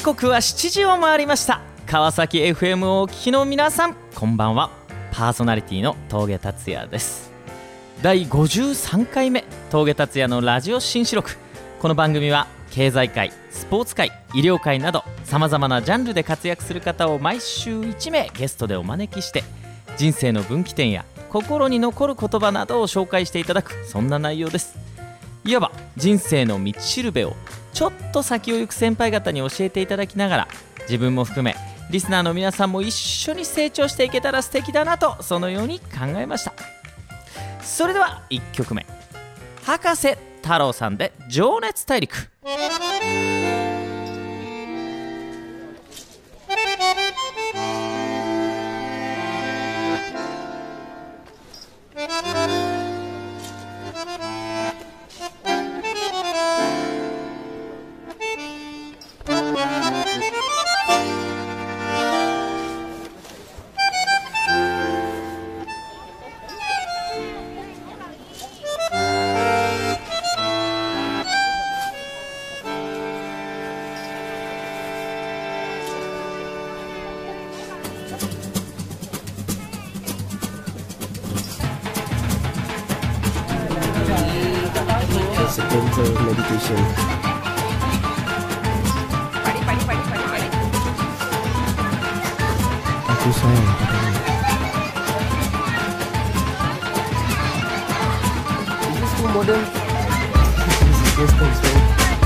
刻は7時を回りました。川崎 FM をお聞きの皆さん、こんばんは。パーソナリティの峠達也です。第53回目峠達也のラジオ新四録。この番組は経済界、スポーツ界、医療界などさまざまなジャンルで活躍する方を毎週1名ゲストでお招きして、人生の分岐点や心に残る言葉などを紹介していただく、そんな内容です。いわば人生の道しるべをちょっと先を行く先輩方に教えていただきながら、自分も含めリスナーの皆さんも一緒に成長していけたら素敵だなと、そのように考えました。それでは1曲目、葉加瀬太郎さんで情熱大陸。 Gentle meditation. Aku sayang padamu. This is too modern. This is Western style.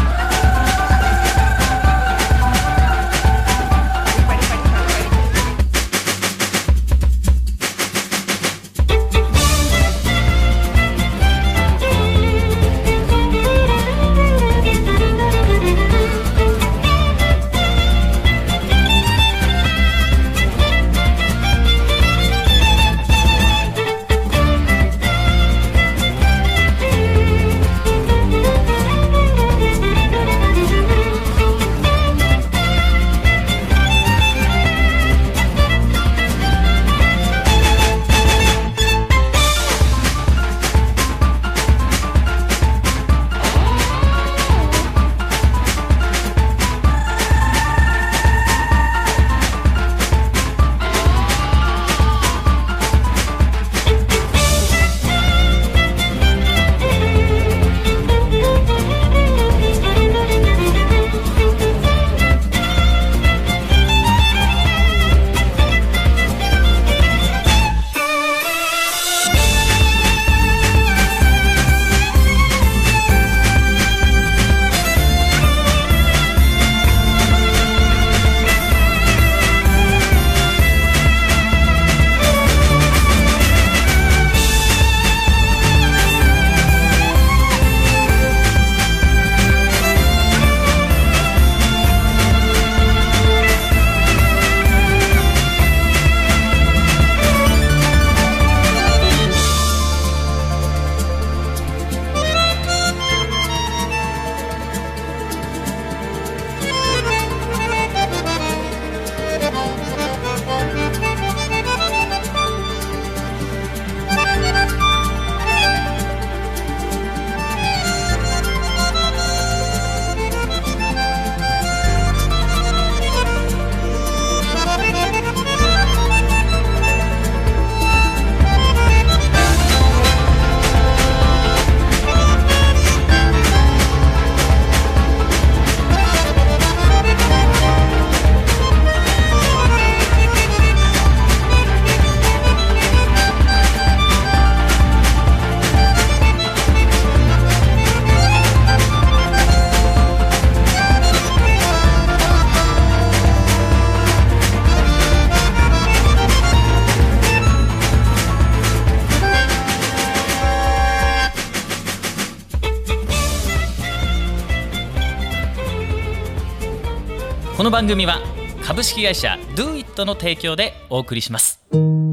この番組は株式会社 DoIT の提供でお送りします。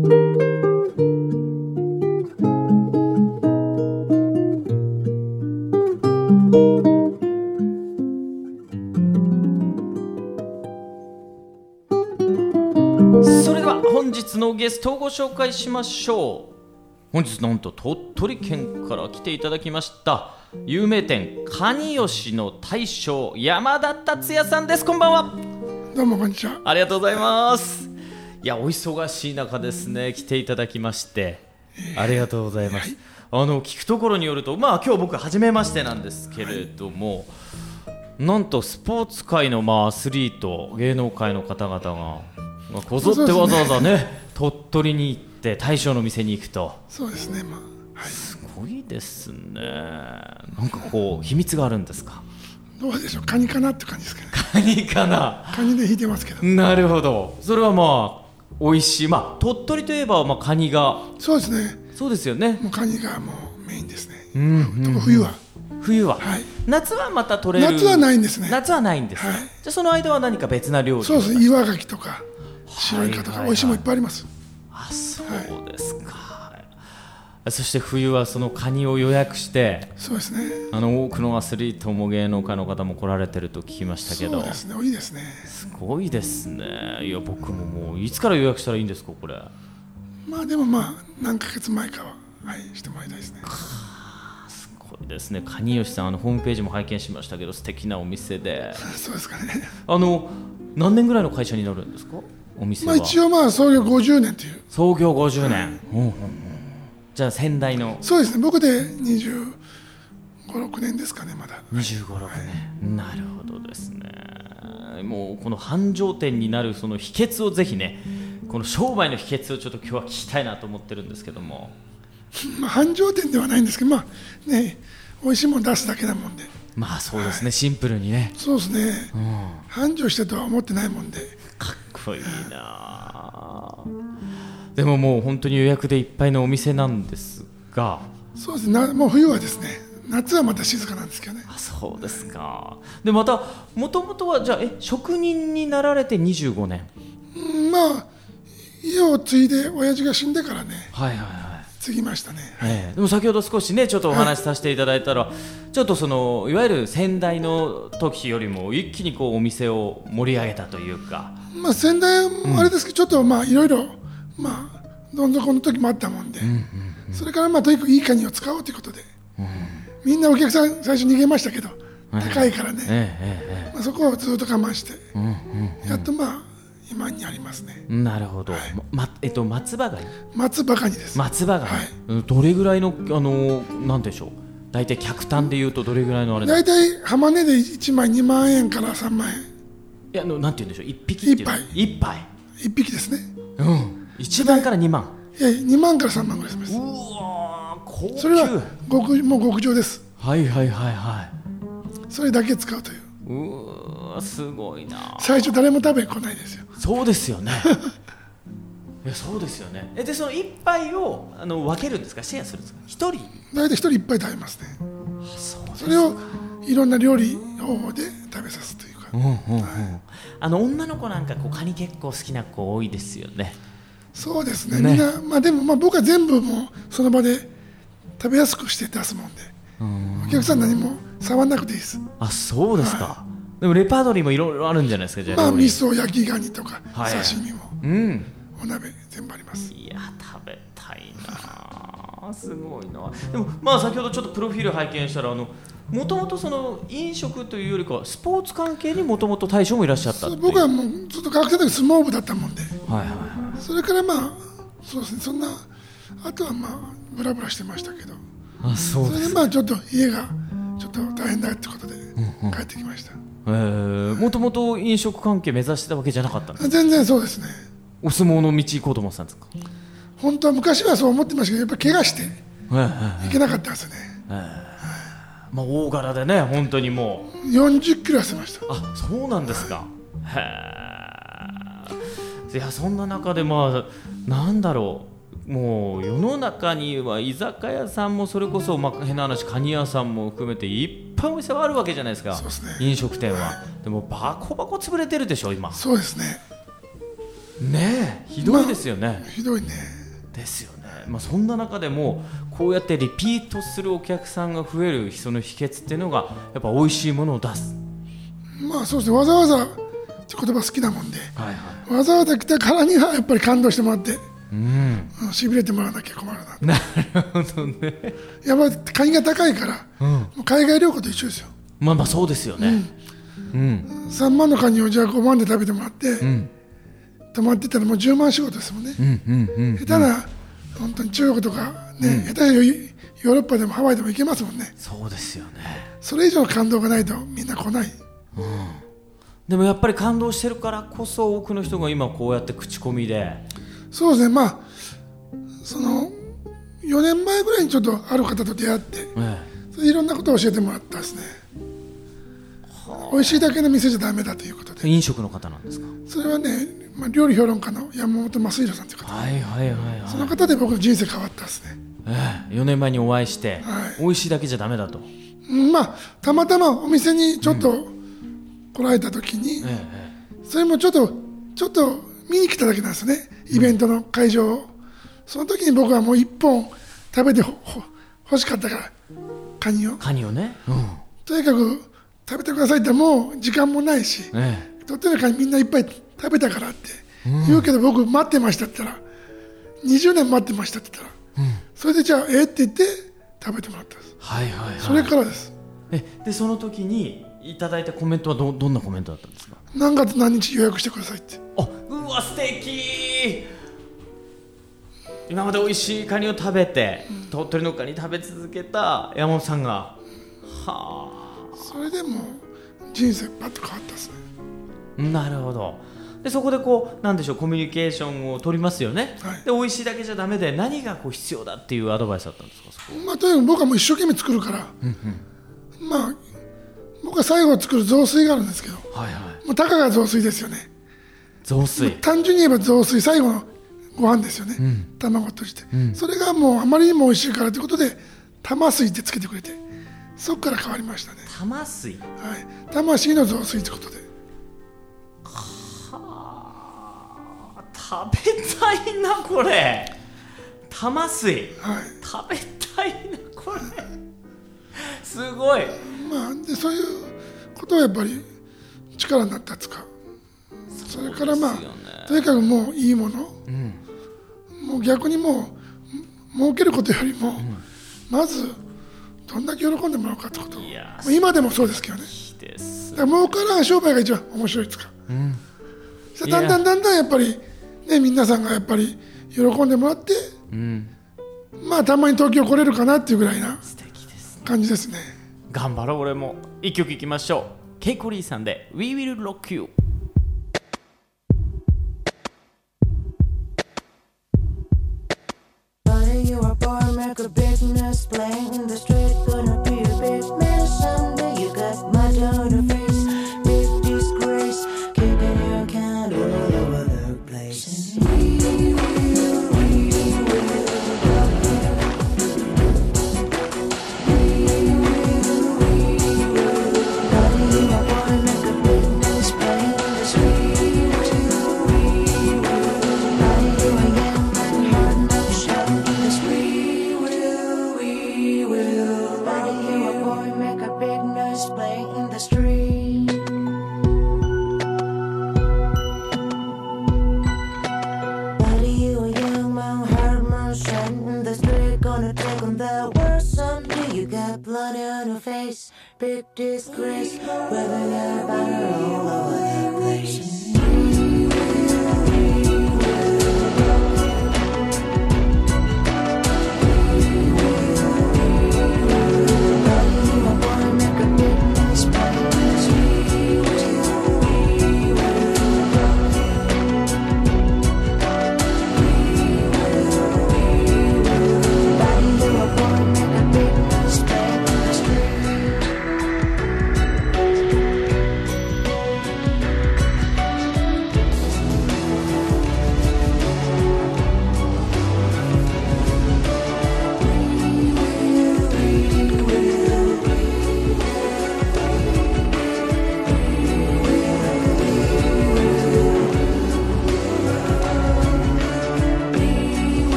それでは本日のゲストをご紹介しましょう。本日なんと鳥取県から来ていただきました有名店かによしの大将山田達也さんです。こんばんは。 どうもこんにちは。 ありがとうございます。いや、お忙しい中ですね、来ていただきましてありがとうございます。聞くところによると、今日僕初めましてなんですけれども、なんとスポーツ界のアスリート、芸能界の方々が、こぞってわざわざね、鳥取に行って大将の店に行くと。 そうですね、 すごいですね。なんか秘密があるんですか？ どうでしょう、カニかなって感じですけどね。 カニかな。 カニで引いてますけど。 なるほど。それは美味しい。鳥取といえばカニが。 そうですね。 そうですよね。 もうカニがもうメインですね。 冬は、 はい、 夏はまた取れる。 夏はないんですね。 夏はないんです、 はい、 じゃあその間は何か別な料理。 そうですね、岩牡蠣とか白イカとか、美味しいものいっぱいあります。 あ、そうですか、そして冬はそのカニを予約して。 そうですね。 多くのアスリートも芸能界の方も来られてると聞きましたけど。 そうですね、多いですね。 すごいですね。いや、僕ももういつから予約したらいいんですか、これ。 でも何ヶ月前かは、してもらいたいですね。 すごいですね。カニ吉さん、ホームページも拝見しましたけど、素敵なお店で。 そうですかね。 何年ぐらいの会社になるんですか、お店は。 一応創業50年という。 創業50年、じゃあ先代の。 そうですね、僕で25、6年ですかね、まだ。 25、6年、なるほどですね。もうこの繁盛店になるその秘訣をぜひね、この商売の秘訣をちょっと今日は聞きたいなと思ってるんですけども。 繁盛店ではないんですけど、美味しいもの出すだけなもんで。 そうですね、シンプルにね。 そうですね、繁盛してとは思ってないもんで。 かっこいいな。でももう本当に予約でいっぱいのお店なんですが。 そうですね、もう冬はですね、夏はまた静かなんですけどね。 そうですか。でまたもともとはじゃあ職人になられて25年。 家を継いで親父が死んでからね、継ぎましたね。でも先ほど少しねちょっとお話しさせていただいたら、ちょっといわゆる先代の時よりも一気にお店を盛り上げたというか。 先代もあれですけど、ちょっといろいろどん底の時もあったもんで、それからとにかくいいカニを使おうということで、みんなお客さん最初逃げましたけど、高いからね、そこをずっと我慢して、やっと今にありますね。 なるほど。松葉ガニ。 松葉ガニです。 松葉ガニ。どれぐらいのなんでしょう。大体客単でいうとどれぐらいのあれ。 大体浜値で1枚2万円から3万円。 いや、なんて言うんでしょう。1匹っていう。1杯。 1匹ですね。 1万から2万。 いや、2万から3万ぐらいします。 うわ、高級。 それはもう極上です。それだけ使うという。 すごいな。 最初誰も食べに来ないですよ。 そうですよね。いや、そうですよね。でその一杯を分けるんですか、シェアするんですか。一人大体一人一杯食べますね。それをいろんな料理方法で食べさすというか。 女の子なんかカニ結構好きな子多いですよね。 そうですね。みんなでも僕は全部もうその場で食べやすくして出すもんで、お客さん何も触らなくていいです。 そうですか。でもレパートリーもいろいろあるんじゃないですか。じゃあ味噌、焼きガニとか刺身も、お鍋全部あります。 いや、食べたいな。すごいな。でも先ほどちょっとプロフィール拝見したら、もともとその飲食というよりかはスポーツ関係にもともと大将もいらっしゃったっていう。 僕はもうずっと学生の時相撲部だったもんで、それからそうですね、そんなあとはブラブラしてましたけど、それでちょっと家がちょっと大変だってことで帰ってきました。 もともと飲食関係目指してたわけじゃなかったんですか。 全然そうですね。 お相撲の道行こうと思ってたんですか。 本当は昔はそう思ってましたけど、やっぱり怪我していけなかったんですよね。 大柄でね、本当にもう 40キロ痩せました。 そうなんですか。いや、そんな中でなんだろう、もう世の中には居酒屋さんもそれこそ変な話カニ屋さんも含めていっぱいお店はあるわけじゃないですか。 そうですね。 飲食店は、でもバコバコ潰れてるでしょ今。 そうですね。 ひどいですよね。 ひどいね。 ですよね。そんな中でもこうやってリピートするお客さんが増えるその秘訣っていうのがやっぱ美味しいものを出す。 そうですね。わざわざって言葉好きなもんで、わざわざ来たからにはやっぱり感動してもらって、しびれてもらわなきゃ困るな。 なるほどね。 やっぱりカニが高いから、もう海外旅行と一緒ですよ。 そうですよね。 3万のカニをじゃあ5万で食べてもらって、泊まってたらもう10万仕事ですもんね。下手な本当に中国とかね、下手なヨーロッパでもハワイでも行けますもんね。 そうですよね。 それ以上の感動がないとみんな来ない。 でもやっぱり感動してるからこそ多くの人が今こうやって口コミで。 そうですね、まあその4年前ぐらいにちょっとある方と出会って、それでいろんなことを教えてもらったですね。美味しいだけの店じゃダメだということで。 飲食の方なんですか？ それはね、料理評論家の山本正弘さんという方、その方で僕の人生変わったですね。 4年前にお会いして、美味しいだけじゃダメだと。 まあたまたまお店にちょっと来られた時に、それもちょっと見に来ただけなんですね、イベントの会場を。その時に僕はもう1本食べて欲しかったから、カニをね、とにかく食べてくださいってもう時間もないし、とってもカニみんないっぱい食べたからって言うけど、僕待ってましたって言ったら、20年待ってましたって言ったら、それでじゃあって言って食べてもらったんです。それからです。 でその時にいただいたコメントはどんなコメントだったんですか？ 何月何日予約してくださいって。 うわ素敵。今まで美味しいカニを食べて、鳥取のカニ食べ続けた山本さんが、 それでも人生パッと変わったですね。 なるほど。でそこでこうなんでしょう、コミュニケーションを取りますよね。で美味しいだけじゃダメで何がこう必要だっていうアドバイスだったんですか？ とにかく僕はもう一生懸命作るから、まあ僕は最後作る雑炊があるんですけど、もうたかが雑炊ですよね。 雑炊、 単純に言えば雑炊、最後のご飯ですよね、卵として、それがもうあまりにも美味しいからということで玉水ってつけてくれて、そこから変わりましたね。 玉水、 魂の雑炊ということで。 食べたいなこれ。玉水、食べたいなこれすごい。 でそういうことはやっぱり力になったつか。それからとにかくもういいもの、もう逆にもう儲けることよりも、まずどんだけ喜んでもらうかってことを、今でもそうですけどね。だから儲からん商売が一番面白いですか。だんだんやっぱりね、皆さんがやっぱり喜んでもらって、たまに東京来れるかなっていうぐらいな感じですね。 頑張ろう俺も。一曲いきましょう。ケイコリーさんで We Will Rock You。 Like a business playing in the street, gonna be a big man someday. You got mud on your face, big disgrace, kicking your can all over the place. We will rock you. Daddy, you are boy, make a business playing in the street. We will. Daddy, you are young and hard, no shot in the street. Make a big noise playing in the street. Daddy, you a young man, hard man, shining in the street. Gonna take on the world someday. You got blood on your face, big disgrace, waving your banner all over the place.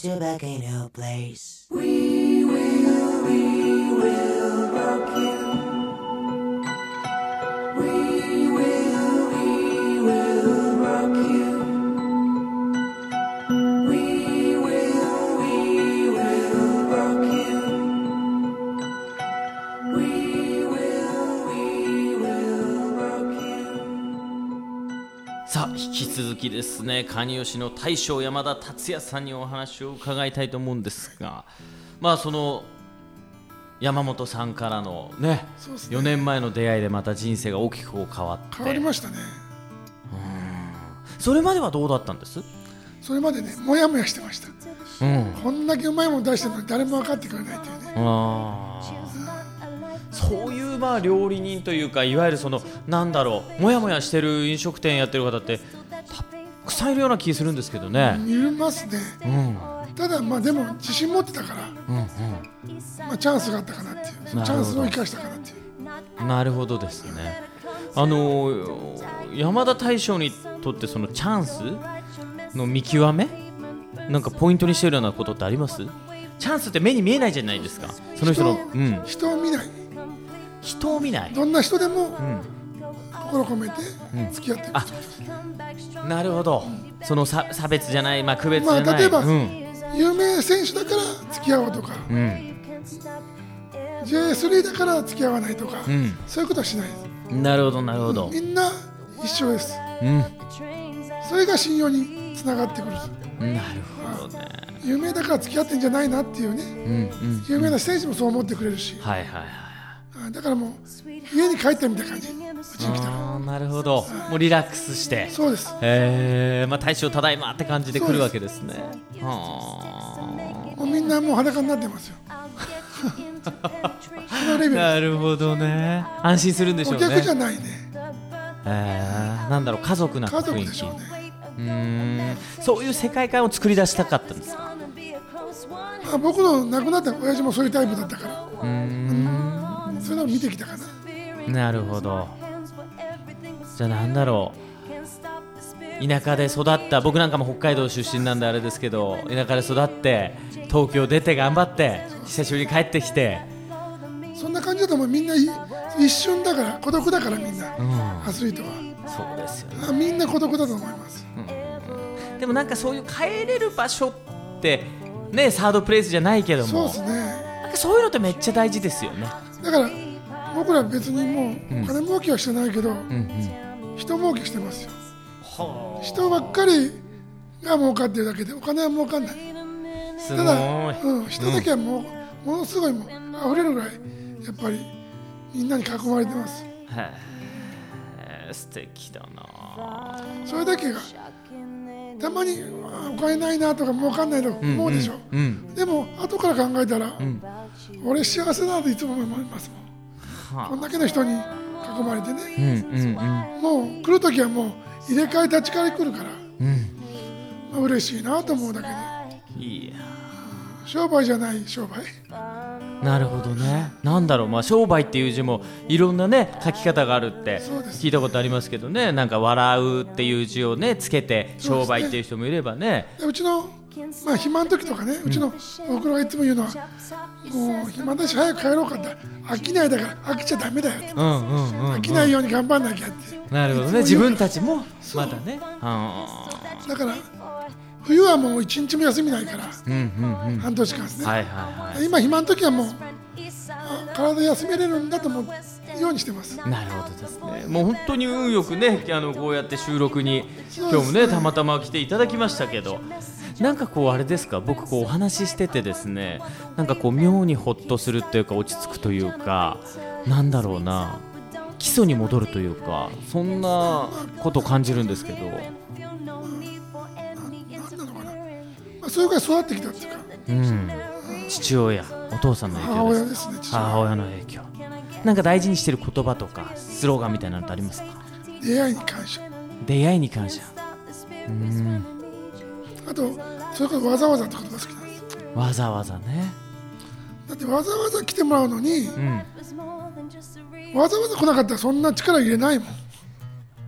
put you back in your place. We will rock you. We will rock you. We will rock you. We will rock you. さあ引き続きですね、蟹吉の大将山田達也さんにお話を伺いたいと思うんですが、まあその山本さんからのね、 そうですね 4年前の出会いでまた人生が大きくこう変わって変わりましたね。 それまではどうだったんです？ それまでね、もやもやしてました。 うんこんだけうまいもの出してるのに誰も分かってくれないというね。 そういうまあ料理人というか、いわゆるそのなんだろう、もやもやしてる飲食店やってる方ってたくさんいるような気するんですけどね。 いますね。 うんただまあでも自信持ってたから、まあ、チャンスがあったかなっていう、そのチャンスを生かしたかなっていう。 なるほどですね。山田大将にとってそのチャンスの見極め、なんかポイントにしてるようなことってあります？チャンスって目に見えないじゃないですか。その人の人を見ない、 人を見ない。 どんな人でも心込めて付き合っていく、 なるほど。その差別じゃない、まあ、区別じゃない。 まあ、例えば、有名選手だから付き合おうとか、J3 だから付き合わないとか、そういうことはしないです。 なるほどなるほど。 みんな一緒です、それが信用につながってくる。 なるほどね。 有名だから付き合ってんじゃないなっていうね、有名な選手もそう思ってくれるし、 はいはいはい。 だからもう家に帰ったみたいな感じ、うちに来たら。 なるほど。もうリラックスして。 そうです。 まあ大将ただいまって感じで来るわけですね。 もうみんなもう裸になってますよ。そのレベル。 なるほどね。安心するんでしょうね。 お客じゃないね。 なんだろう、家族な雰囲気。 家族でしょうね。 そういう世界観を作り出したかったんですか？ まあ、僕の亡くなった親父もそういうタイプだったから、そういうのを見てきたかな。 なるほど。じゃあなんだろう、田舎で育った、僕なんかも北海道出身なんであれですけど、田舎で育って東京出て頑張って久しぶりに帰ってきて、 そんな感じだと思う。みんな一瞬だから、孤独だからみんな、アスリートは。 そうですよね。 みんな孤独だと思います。 でもなんかそういう帰れる場所ってね、サードプレイスじゃないけども、 そうですね。 なんかそういうのってめっちゃ大事ですよね。 だから僕ら別にもう金儲けはしてないけど、人儲けしてますよ。人ばっかりが儲かってるだけでお金は儲かんない。 すごい。 ただ、人だけはものすごいもう溢れるぐらいやっぱりみんなに囲まれてます。 素敵だな。 それだけがたまにお金ないなとか儲かんないと思うでしょ、でも後から考えたら、俺幸せだなといつも思いますもん、こんだけの人に囲まれてね、もう来るときはもう入れ替え立ち替え来るから、まあ、嬉しいなと思うだけで。 いや、 商売じゃない商売。 なるほどね。なんだろう、まあ、商売っていう字もいろんなね書き方があるって聞いたことありますけどね。なんか笑うっていう字をねつけて商売っていう人もいればね。 うちの、まあ、暇の時とかね、うちのおふくろがいつも言うのは、もう暇だし早く帰ろうかって、飽きないだから飽きちゃダメだよって、飽きないように頑張んなきゃって。 なるほどね。自分たちもまだね。 だから冬はもう一日も休みないから、半年間ですね、今暇の時はもう体休めれるんだと思うようにしてます。 なるほどですね。もう本当に運よくね、こうやって収録に今日もねたまたま来ていただきましたけど、なんかこうあれですか、僕こうお話ししててですね、なんかこう妙にほっとするっていうか落ち着くというか、なんだろうな、基礎に戻るというか、そんなことを感じるんですけど。 それから育ってきたっていうか、 父親、お父さんの影響です。 母親ですね。 母親の影響。なんか大事にしてる言葉とかスローガンみたいなのってありますか？ 出会いに感謝。 出会いに感謝。 あとそれからわざわざって言葉好きなんです。 わざわざね。 だってわざわざ来てもらうのに、わざわざ来なかったらそんな力入れないもん。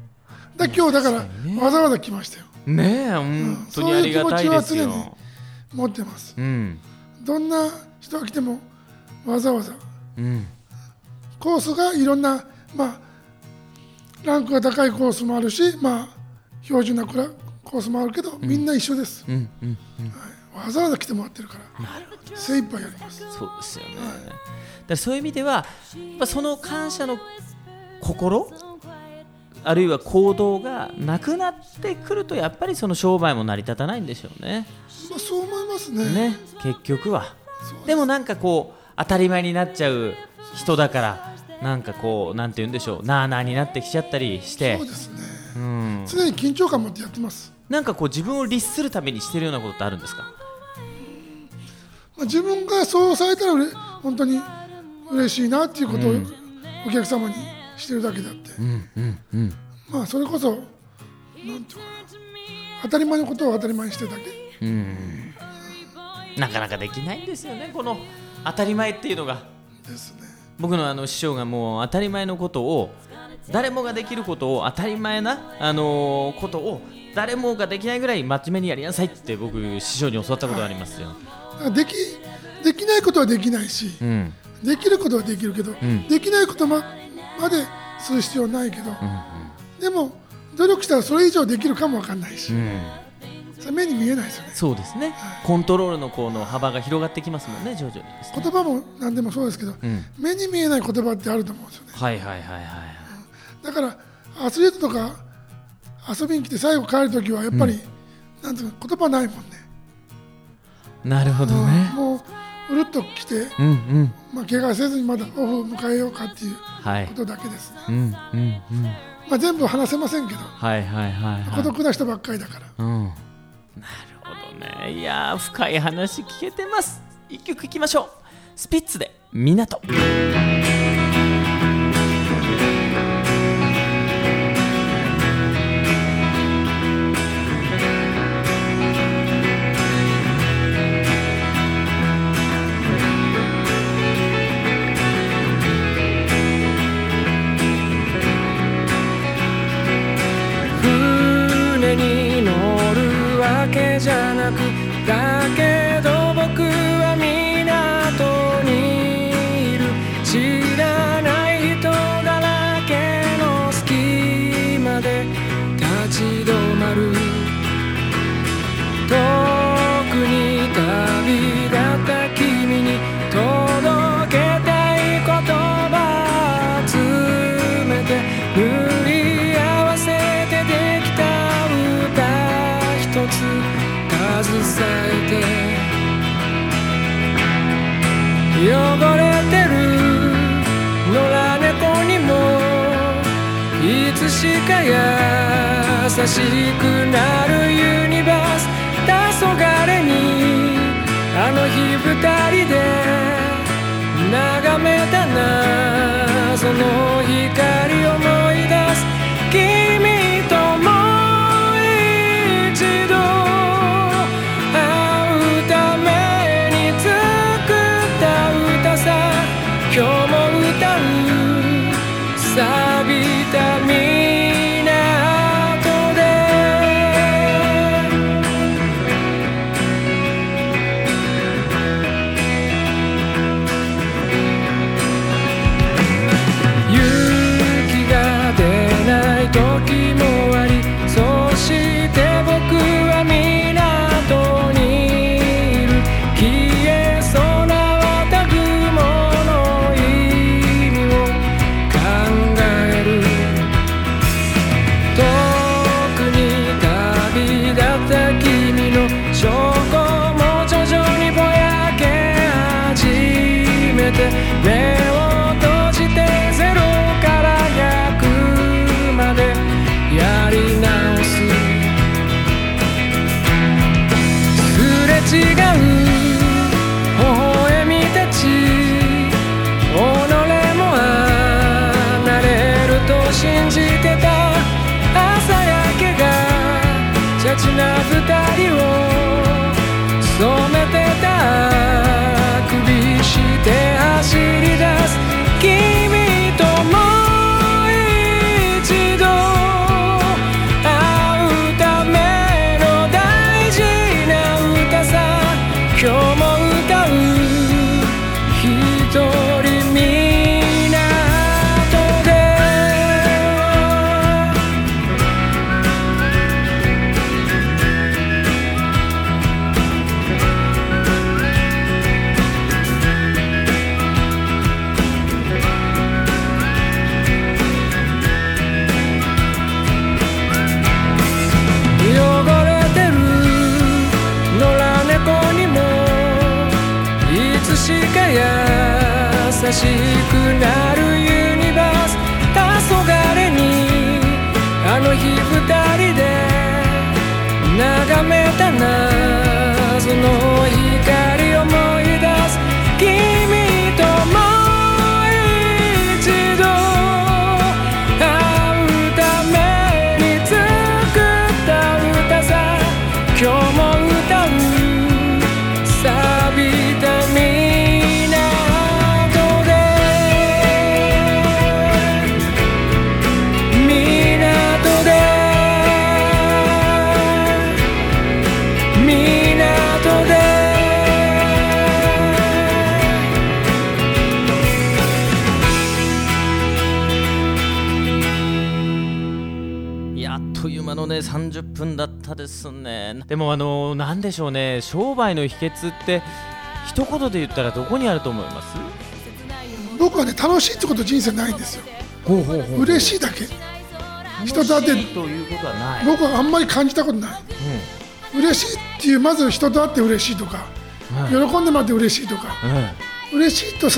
今日だからわざわざ来ましたよ。 ねえ、本当にありがたいですよ。 持ってます。 うんどんな人が来てもわざわざうんコースがいろんな、ランクが高いコースもあるし、標準なコースもあるけど、みんな一緒です、 うんうんわざわざ来てもらってるから精一杯やります。 そうですよね、だからそういう意味ではやっぱその感謝の心あるいは行動がなくなってくるとやっぱりその商売も成り立たないんでしょうね。 そう思いますね。 ね結局はそうです。 でもなんかこう当たり前になっちゃう人だからなんかこうなんて言うんでしょうなあなあになってきちゃったりしてそうですね、 うん常に緊張感持ってやってます。 なんかこう自分を律するためにしてるようなことってあるんですか？ 自分がそうされたら本当に嬉しいなっていうことをお客様にしてるだけであって、それこそなんていうかな、当たり前のことを当たり前にしてるだけ。 なかなかできないんですよねこの当たり前っていうのがですね。 僕の師匠がもう当たり前のことを誰もができることを当たり前な、ことを誰もができないぐらい真面目にやりなさいって僕師匠に教わったことがありますよ、 だからできないことはできないし、できることはできるけど、できないことまでする必要はないけど、でも努力したらそれ以上できるかもわかんないし、それ目に見えないですよね。 そうですね、コントロールのこの幅が広がってきますもんね徐々にですね。 言葉も何でもそうですけど、目に見えない言葉ってあると思うんですよね。 はいはいはいはい、 だからアスリートとか遊びに来て最後帰るときはやっぱり、なんていうか言葉ないもんね。 なるほどね、 もううるっと来て、怪我せずにまだオフを迎えようかっていうことだけですね。全部話せませんけど、孤独な人ばっかりだから。 なるほどね。いやー深い話聞けてます。一曲いきましょう。スピッツで港。 船に乗るわけじゃなく、だけど僕は港にいる。知らない人だらけの隙間で立ち止まる。遠くに旅立った君に届けたい言葉集めて、塗り合わせてできた歌一つ携えて、汚れてる野良猫にもいつしか優しくなるユニバース。黄昏にあの日二人で眺めた謎の光を思い出す。君ともう一度会うために作った歌さ。今日も歌う錆びた港で。勇気が出ない時もあり、そして僕は港にいる。消えそうな綿雲の意味を考える。遠くに旅立った君の証拠も徐々にぼやけ始めて、目を閉じてゼロから100までやり直す。すれ違う微笑みたち、己も離れると信じてた。朝焼けがチャチな二人を染めてた。首して走り出す。君ともう一度会うための大事な歌さ。 優しくなるユニバース黄昏にあの日二人で眺めた謎の光思い出す君ともう一度会うために作った歌さ今日も歌う錆びた港で港であっという間のね30分だったですね。でもなんでしょうね、商売の秘訣って一言で言ったらどこにあると思います？ 僕はね、楽しいってこと人生ないんですよ。嬉しいだけ。人と会って楽しいということはない。 僕はあんまり感じたことない、嬉しいっていう、まず人と会って嬉しいとか、喜んでもらって嬉しいとか、嬉しいと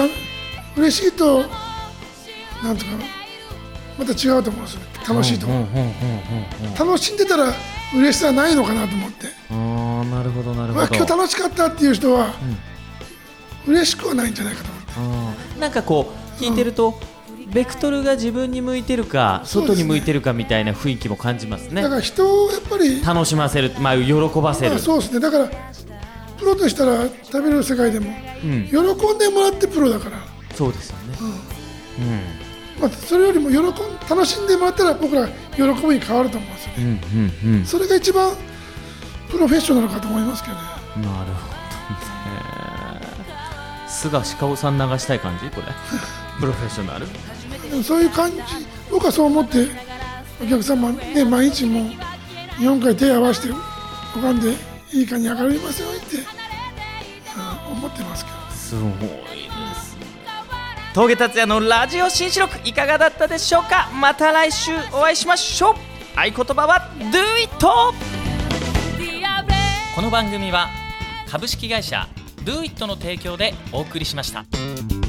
なんとかまた違うと思うんですよ。楽しいとか、楽しんでたら嬉しさはないのかなと思って。 なるほどなるほど。 今日楽しかったっていう人は、嬉しくはないんじゃないかと思って。 なんかこう聞いてると、ベクトルが自分に向いてるか、外に向いてるかみたいな雰囲気も感じますね。 だから人をやっぱり楽しませる、喜ばせる、 そうですね。だからプロとしたら食べる世界でも、喜んでもらってプロだから。 そうですよね。 それよりも楽しんでもらったら僕ら喜びに変わると思うんですよね。それが一番プロフェッショナルかと思いますけどね。 なるほどね。菅氏顔さん流したい感じこれプロフェッショナル。 でもそういう感じ、僕はそう思ってお客様ね、毎日も日本海手を合わせて拝んでいいかに上がりますようにって思ってますけど。 すごいですね。峠達也のラジオ新四録いかがだったでしょうか。また来週お会いしましょう。合言葉は Do it。 この番組は株式会社 Do it の提供でお送りしました。